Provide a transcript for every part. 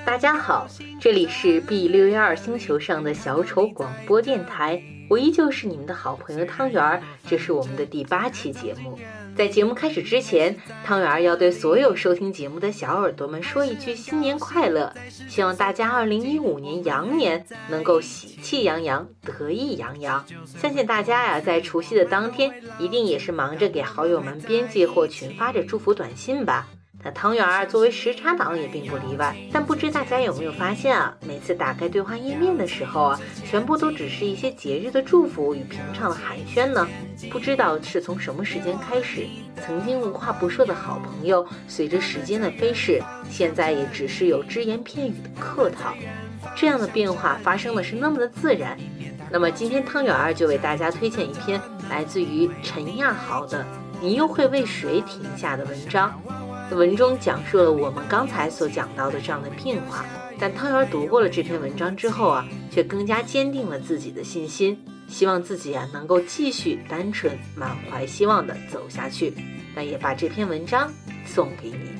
大家好，这里是 B612星球上的小丑广播电台，我依旧是你们的好朋友汤圆，这是我们的第8期节目。在节目开始之前，汤圆要对所有收听节目的小耳朵们说一句新年快乐，希望大家2015年羊年能够喜气洋洋，得意洋洋。相信大家呀，在除夕的当天一定也是忙着给好友们编辑或群发着祝福短信吧。那汤圆作为时差党也并不例外，但不知大家有没有发现啊，每次打开对话页面的时候啊，全部都只是一些节日的祝福与平常的寒暄呢？不知道是从什么时间开始，曾经无话不说的好朋友，随着时间的飞逝，现在也只是有只言片语的客套。这样的变化发生的是那么的自然。那么今天汤圆就为大家推荐一篇来自于陈亚豪的《你又会为谁停下》的文章。文中讲述了我们刚才所讲到的这样的变化，但汤圆读过了这篇文章之后啊，却更加坚定了自己的信心，希望自己能够继续单纯满怀希望地走下去。那也把这篇文章送给你。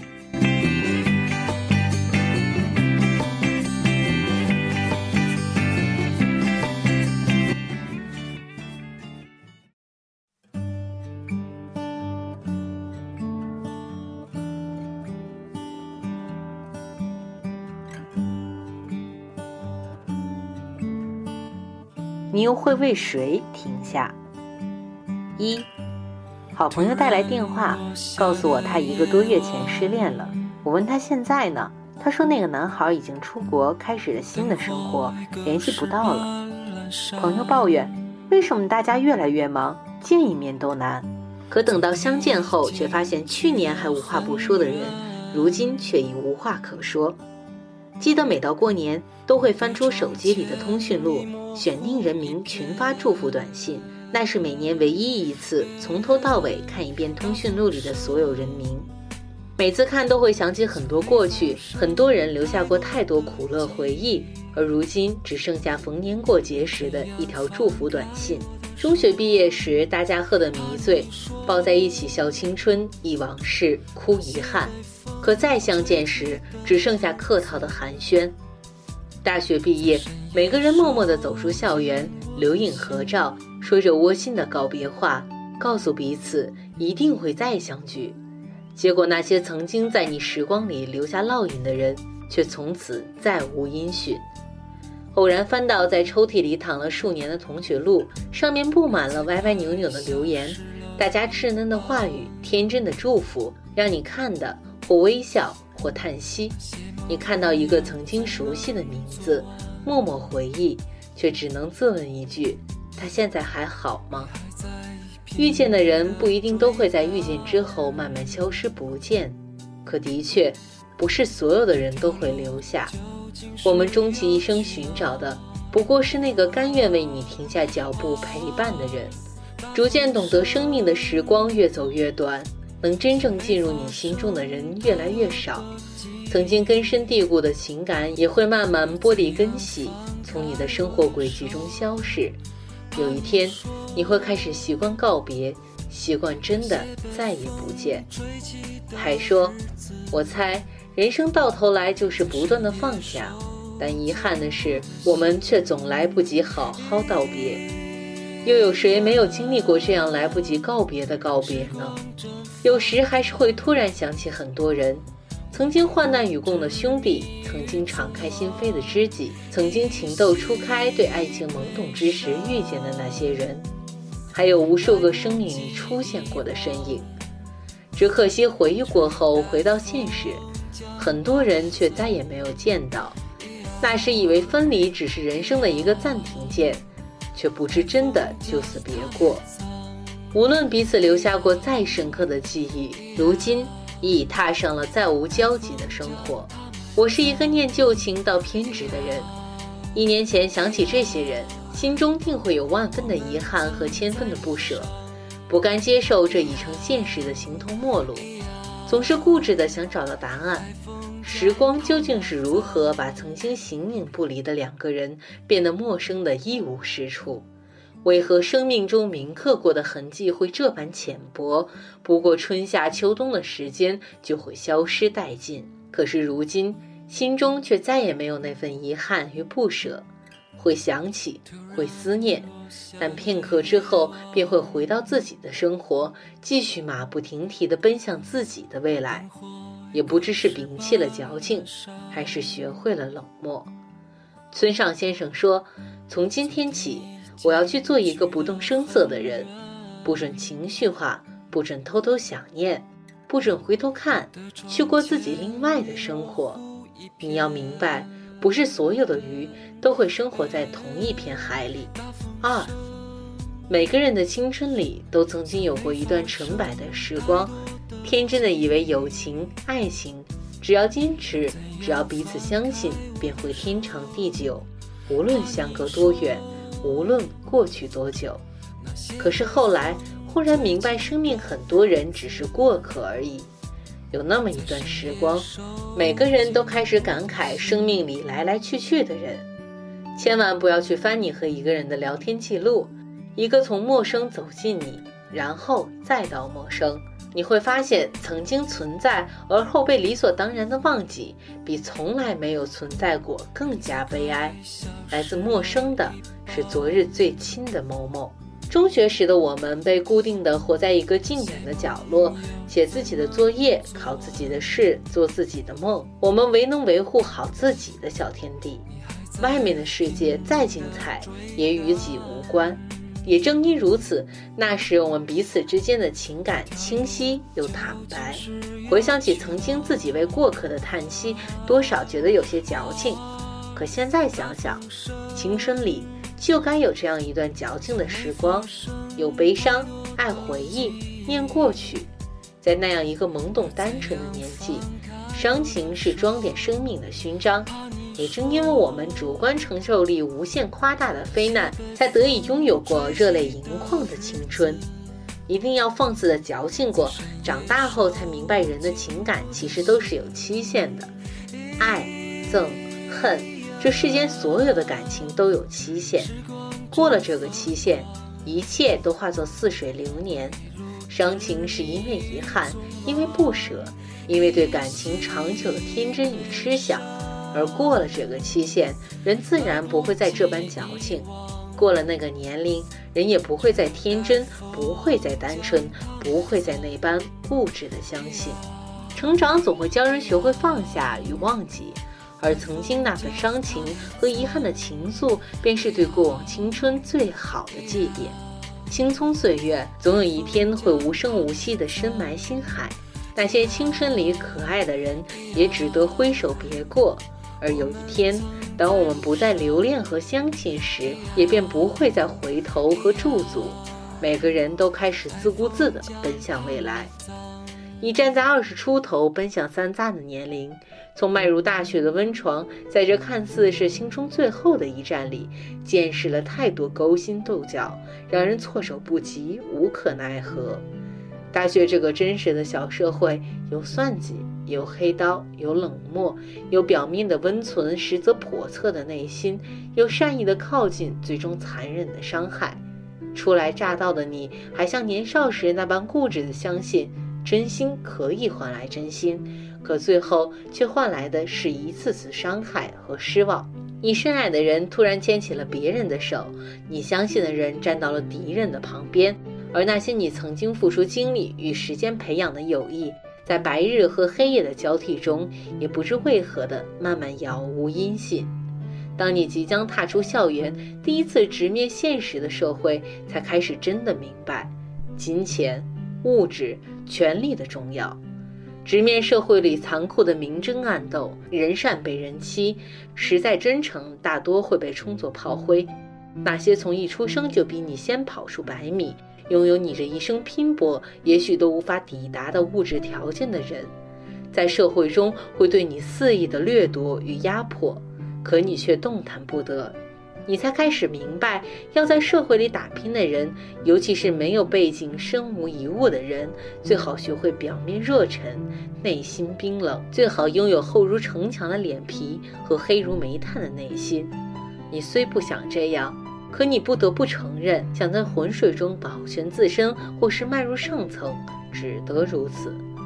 你又会为谁停下？1. 好朋友带来电话，告诉我他1个多月前失恋了。我问他现在呢，他说那个男孩已经出国，开始了新的生活，联系不到了。朋友抱怨，为什么大家越来越忙，见一面都难？可等到相见后，却发现去年还无话不说的人，如今却已无话可说。记得每到过年，都会翻出手机里的通讯录，选定人名群发祝福短信，那是每年唯一一次从头到尾看一遍通讯录里的所有人名。每次看都会想起很多过去，很多人留下过太多苦乐回忆，而如今只剩下逢年过节时的一条祝福短信。中学毕业时，大家喝得迷醉，抱在一起笑青春，忆往事，哭遗憾。可再相见时，只剩下客套的寒暄。大学毕业，每个人默默地走出校园，留影合照，说着窝心的告别话，告诉彼此一定会再相聚。结果那些曾经在你时光里留下烙印的人，却从此再无音讯。偶然翻到在抽屉里躺了数年的同学录，上面布满了歪歪扭扭的留言，大家稚嫩的话语，天真的祝福，让你看的或微笑或叹息。你看到一个曾经熟悉的名字，默默回忆，却只能自问一句，他现在还好吗？遇见的人不一定都会在遇见之后慢慢消失不见，可的确不是所有的人都会留下。我们终其一生寻找的，不过是那个甘愿为你停下脚步陪伴的人。逐渐懂得生命的时光越走越短，能真正进入你心中的人越来越少，曾经根深蒂固的情感也会慢慢剥离根系，从你的生活轨迹中消逝。有一天你会开始习惯告别，习惯真的再也不见。还说，我猜人生到头来就是不断的放下，但遗憾的是，我们却总来不及好好道别。又有谁没有经历过这样来不及告别的告别呢？有时还是会突然想起很多人，曾经患难与共的兄弟，曾经敞开心扉的知己，曾经情窦初开对爱情懵懂之时遇见的那些人，还有无数个生命里出现过的身影。只可惜回忆过后回到现实，很多人却再也没有见到。那时以为分离只是人生的一个暂停键，却不知真的就此别过。无论彼此留下过再深刻的记忆，如今已踏上了再无交集的生活。我是一个念旧情到偏执的人，1年前想起这些人，心中定会有万分的遗憾和千分的不舍，不甘接受这已成现实的形同陌路，总是固执地想找到答案。时光究竟是如何把曾经形影不离的2个人变得陌生的一无是处？为何生命中铭刻过的痕迹会这般浅薄？不过春夏秋冬的时间就会消失殆尽。可是如今心中却再也没有那份遗憾与不舍，会想起，会思念，但片刻之后便会回到自己的生活，继续马不停蹄地奔向自己的未来。也不知是摒弃了矫情，还是学会了冷漠。村上先生说，从今天起，我要去做一个不动声色的人，不准情绪化，不准偷偷想念，不准回头看，去过自己另外的生活。你要明白，不是所有的鱼都会生活在同一片海里。2，每个人的青春里都曾经有过一段纯白的时光，天真的以为友情、爱情，只要坚持，只要彼此相信，便会天长地久，无论相隔多远，无论过去多久。可是后来忽然明白，生命很多人只是过客而已。有那么一段时光，每个人都开始感慨生命里来来去去的人。千万不要去翻你和一个人的聊天记录，一个从陌生走进你，然后再到陌生，你会发现曾经存在而后被理所当然的忘记，比从来没有存在过更加悲哀。来自陌生的是昨日最亲的某某。中学时的我们被固定地活在一个静远的角落，写自己的作业，考自己的试，做自己的梦。我们唯能维护好自己的小天地，外面的世界再精彩也与己无关。也正因如此，那时我们彼此之间的情感清晰又坦白。回想起曾经自己为过客的叹息，多少觉得有些矫情。可现在想想，青春里就该有这样一段矫情的时光，有悲伤，爱回忆，念过去。在那样一个懵懂单纯的年纪，伤情是装点生命的勋章。也正因为我们主观承受力无限夸大的非难，才得以拥有过热泪盈眶的青春。一定要放肆的矫情过，长大后才明白人的情感其实都是有期限的。爱、憎、恨，这世间所有的感情都有期限，过了这个期限，一切都化作似水流年。伤情是因为遗憾，因为不舍，因为对感情长久的天真与痴想。而过了这个期限，人自然不会再这般矫情，过了那个年龄，人也不会再天真，不会再单纯，不会再那般固执的相信。成长总会教人学会放下与忘记，而曾经那份伤情和遗憾的情愫，便是对过往青春最好的祭奠。青葱岁月，总有一天会无声无息地深埋心海。那些青春里可爱的人，也只得挥手别过。而有一天，当我们不再留恋和相信时，也便不会再回头和驻足。每个人都开始自顾自地奔向未来。你站在20出头奔向三杂的年龄，从迈入大学的温床，在这看似是心中最后的一站里，见识了太多勾心斗角，让人措手不及，无可奈何。大学这个真实的小社会，有算计，有黑刀，有冷漠，有表面的温存，实则叵测的内心，有善意的靠近，最终残忍的伤害。初来乍到的你，还像年少时那般固执地相信真心可以换来真心，可最后却换来的是一次次伤害和失望。你深爱的人突然牵起了别人的手，你相信的人站到了敌人的旁边，而那些你曾经付出精力与时间培养的友谊，在白日和黑夜的交替中，也不知为何的慢慢杳无音信。当你即将踏出校园，第一次直面现实的社会，才开始真的明白金钱、物质、权力的重要。直面社会里残酷的明争暗斗，人善被人欺，实在真诚大多会被冲作炮灰。那些从一出生就比你先跑出100米，拥有你这一生拼搏也许都无法抵达的物质条件的人，在社会中会对你肆意的掠夺与压迫，可你却动弹不得。你才开始明白，要在社会里打拼的人，尤其是没有背景、身无一物的人，最好学会表面热忱，内心冰冷，最好拥有厚如城墙的脸皮和黑如煤炭的内心。你虽不想这样，可你不得不承认，想在浑水中保全自身，或是迈入上层，只得如此。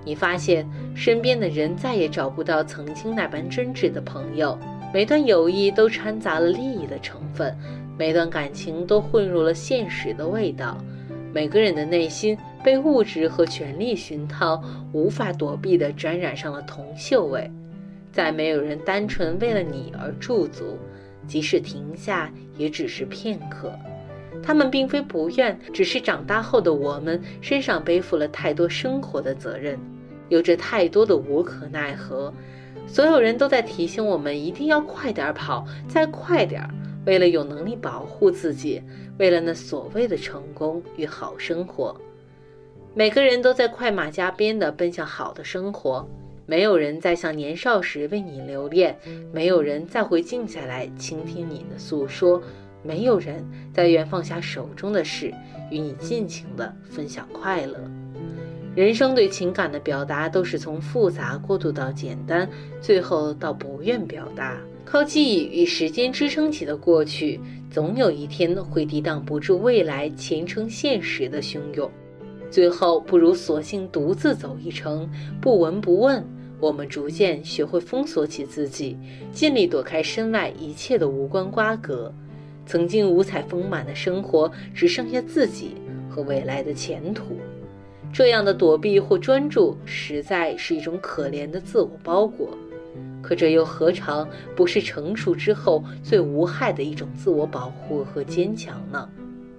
你发现身边的人再也找不到曾经那般真挚的朋友，每段友谊都掺杂了利益的成分，每段感情都混入了现实的味道。每个人的内心被物质和权力熏陶，无法躲避地沾染上了铜锈味。再没有人单纯为了你而驻足，即使停下也只是片刻。他们并非不愿，只是长大后的我们身上背负了太多生活的责任，有着太多的无可奈何。所有人都在提醒我们一定要快点跑，再快点，为了有能力保护自己，为了那所谓的成功与好生活。每个人都在快马加鞭地奔向好的生活，没有人再像年少时为你留恋，没有人再会静下来倾听你的诉说，没有人再愿放下手中的事，与你尽情地分享快乐。人生对情感的表达都是从复杂过渡到简单，最后到不愿表达。靠记忆与时间支撑起的过去，总有一天会抵挡不住未来前程现实的汹涌。最后不如索性独自走一程，不闻不问。我们逐渐学会封锁起自己，尽力躲开身外一切的无关瓜葛。曾经五彩丰满的生活，只剩下自己和未来的前途。这样的躲避或专注，实在是一种可怜的自我包裹。可这又何尝不是成熟之后最无害的一种自我保护和坚强呢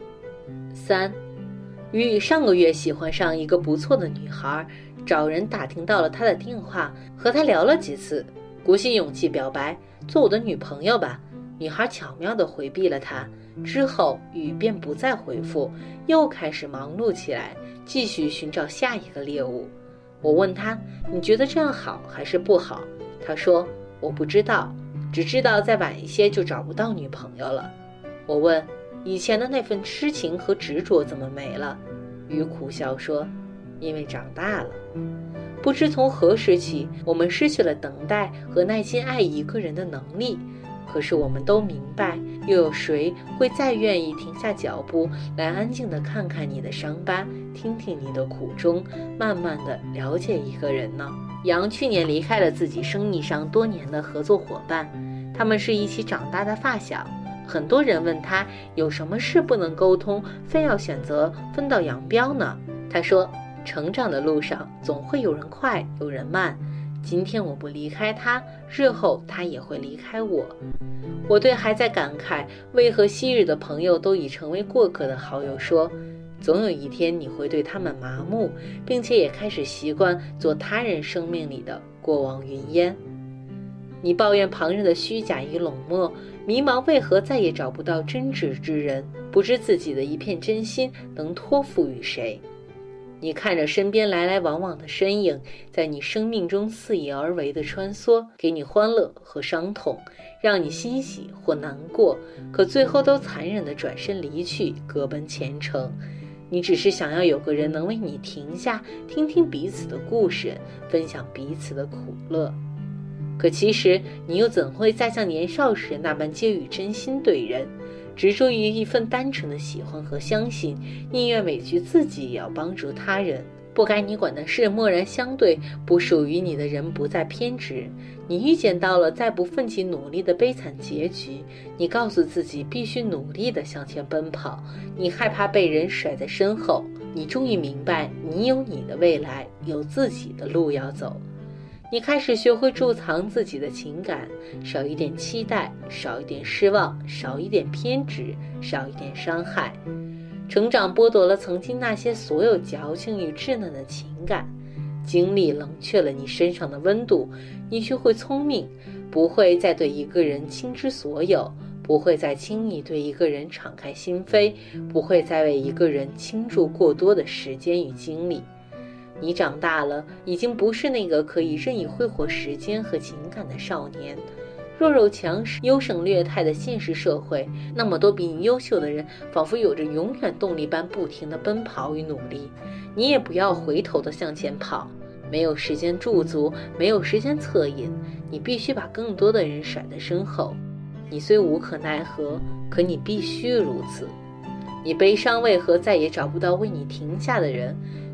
？3. 于上个月喜欢上一个不错的女孩，找人打听到了她的电话，和她聊了几次，鼓起勇气表白，做我的女朋友吧。女孩巧妙地回避了他，之后雨便不再回复，又开始忙碌起来，继续寻找下一个猎物。我问他，你觉得这样好还是不好？他说，我不知道，只知道再晚一些就找不到女朋友了。我问，以前的那份痴情和执着怎么没了？雨苦笑说，因为长大了。不知从何时起，我们失去了等待和耐心爱一个人的能力。可是我们都明白，又有谁会再愿意停下脚步来安静地看看你的伤疤，听听你的苦衷，慢慢地了解一个人呢？杨去年离开了自己生意上多年的合作伙伴，他们是一起长大的发小。很多人问他有什么事不能沟通，非要选择分道扬镳呢？他说，成长的路上总会有人快有人慢，今天我不离开他，日后他也会离开我。我对还在感慨为何昔日的朋友都已成为过客的好友说，总有一天你会对他们麻木，并且也开始习惯做他人生命里的过往云烟。你抱怨旁人的虚假与冷漠，迷茫为何再也找不到真挚之人，不知自己的一片真心能托付于谁。你看着身边来来往往的身影，在你生命中肆意而为的穿梭，给你欢乐和伤痛，让你欣喜或难过，可最后都残忍地转身离去，各奔前程。你只是想要有个人能为你停下，听听彼此的故事，分享彼此的苦乐。可其实你又怎会再像年少时那般皆予真心对人，执着于一份单纯的喜欢和相信，宁愿委屈自己也要帮助他人。不该你管的事默然相对，不属于你的人不再偏执。你预见到了再不奋起努力的悲惨结局，你告诉自己必须努力地向前奔跑。你害怕被人甩在身后，你终于明白，你有你的未来，有自己的路要走。你开始学会贮藏自己的情感，少一点期待，少一点失望，少一点偏执，少一点伤害。成长剥夺了曾经那些所有矫情与稚嫩的情感，经历冷却了你身上的温度。你学会聪明，不会再对一个人倾之所有，不会再轻易对一个人敞开心扉，不会再为一个人倾注过多的时间与精力。你长大了，已经不是那个可以任意挥霍时间和情感的少年。弱肉强食、优胜劣汰的现实社会，那么多比你优秀的人，仿佛有着永远动力般不停地奔跑与努力。你也不要回头地向前跑，没有时间驻足，没有时间恻隐，你必须把更多的人甩在身后。你虽无可奈何，可你必须如此。你悲伤为何再也找不到为你停下的人？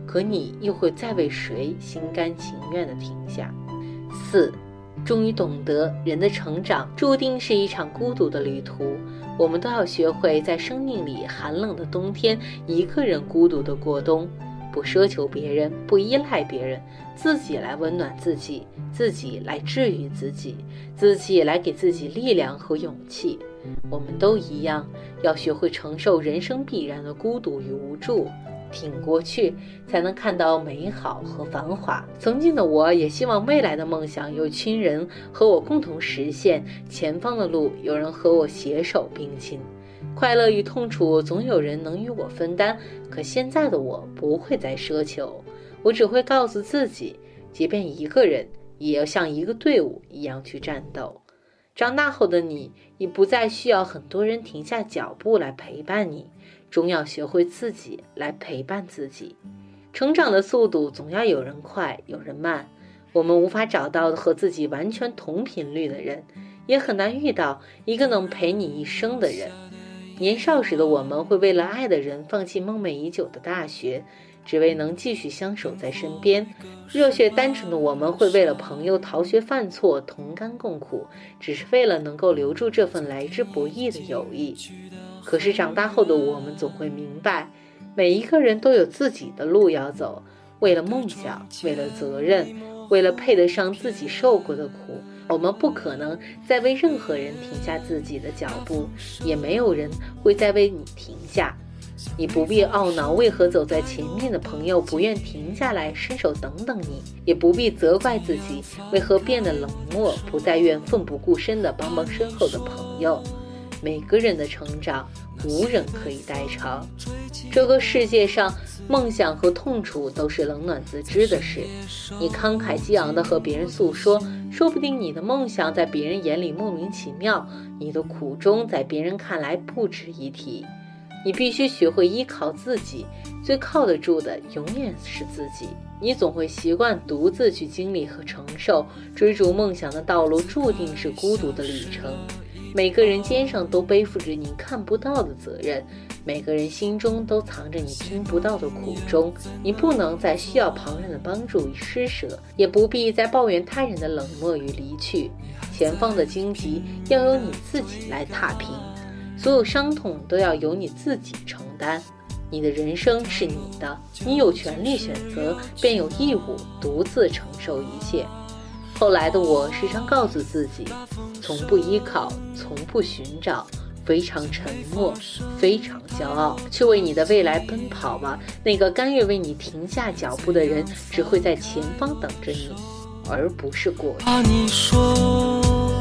可你又会再为谁心甘情愿地停下？4. 终于懂得人的成长注定是一场孤独的旅途，我们都要学会在生命里寒冷的冬天一个人孤独地过冬，不奢求别人，不依赖别人，自己来温暖自己，自己来治愈自己，自己来给自己力量和勇气。我们都一样，要学会承受人生必然的孤独与无助，挺过去，才能看到美好和繁华。曾经的我也希望未来的梦想有群人和我共同实现，前方的路有人和我携手并进，快乐与痛楚总有人能与我分担。可现在的我不会再奢求，我只会告诉自己，即便一个人，也要像一个队伍一样去战斗。长大后的你已不再需要很多人停下脚步来陪伴你，终要学会自己来陪伴自己。成长的速度总要有人快，有人慢。我们无法找到和自己完全同频率的人，也很难遇到一个能陪你一生的人。年少时的我们会为了爱的人放弃梦寐已久的大学，只为能继续相守在身边。热血单纯的我们会为了朋友逃学犯错，同甘共苦，只是为了能够留住这份来之不易的友谊。可是长大后的我们总会明白，每一个人都有自己的路要走，为了梦想，为了责任，为了配得上自己受过的苦，我们不可能再为任何人停下自己的脚步，也没有人会再为你停下。你不必懊恼为何走在前面的朋友不愿停下来伸手等等你，也不必责怪自己为何变得冷漠，不再愿奋不顾身地帮帮身后的朋友。每个人的成长无人可以代偿，这个世界上梦想和痛楚都是冷暖自知的事。你慷慨激昂地和别人诉说，说不定你的梦想在别人眼里莫名其妙，你的苦衷在别人看来不值一提。你必须学会依靠自己，最靠得住的永远是自己。你总会习惯独自去经历和承受，追逐梦想的道路注定是孤独的旅程。每个人肩上都背负着你看不到的责任，每个人心中都藏着你听不到的苦衷。你不能再需要旁人的帮助与施舍，也不必再抱怨他人的冷漠与离去。前方的荆棘要由你自己来踏平，所有伤痛都要由你自己承担。你的人生是你的，你有权利选择，便有义务独自承受一切。后来的我时常告诉自己，从不依靠，从不寻找，非常沉默，非常骄傲，去为你的未来奔跑吧。那个甘愿为你停下脚步的人，只会在前方等着你，而不是过去。 你说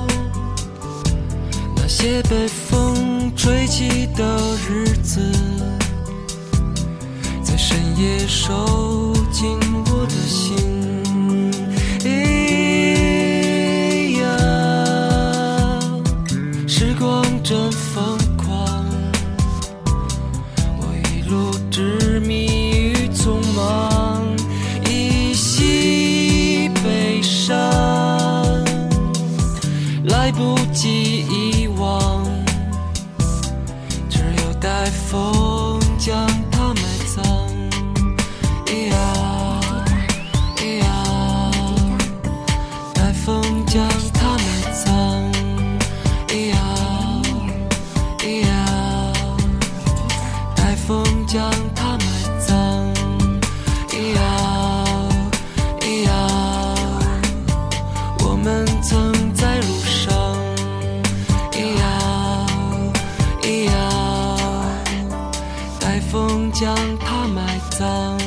那些被风吹起的日子，在深夜收进我的心。时光真疯狂，我一路执迷于匆忙，依稀悲伤，来不及遗忘，只有待风将它埋葬。待风将它埋葬。待风将它埋葬。我们曾在路上。待风将它埋葬。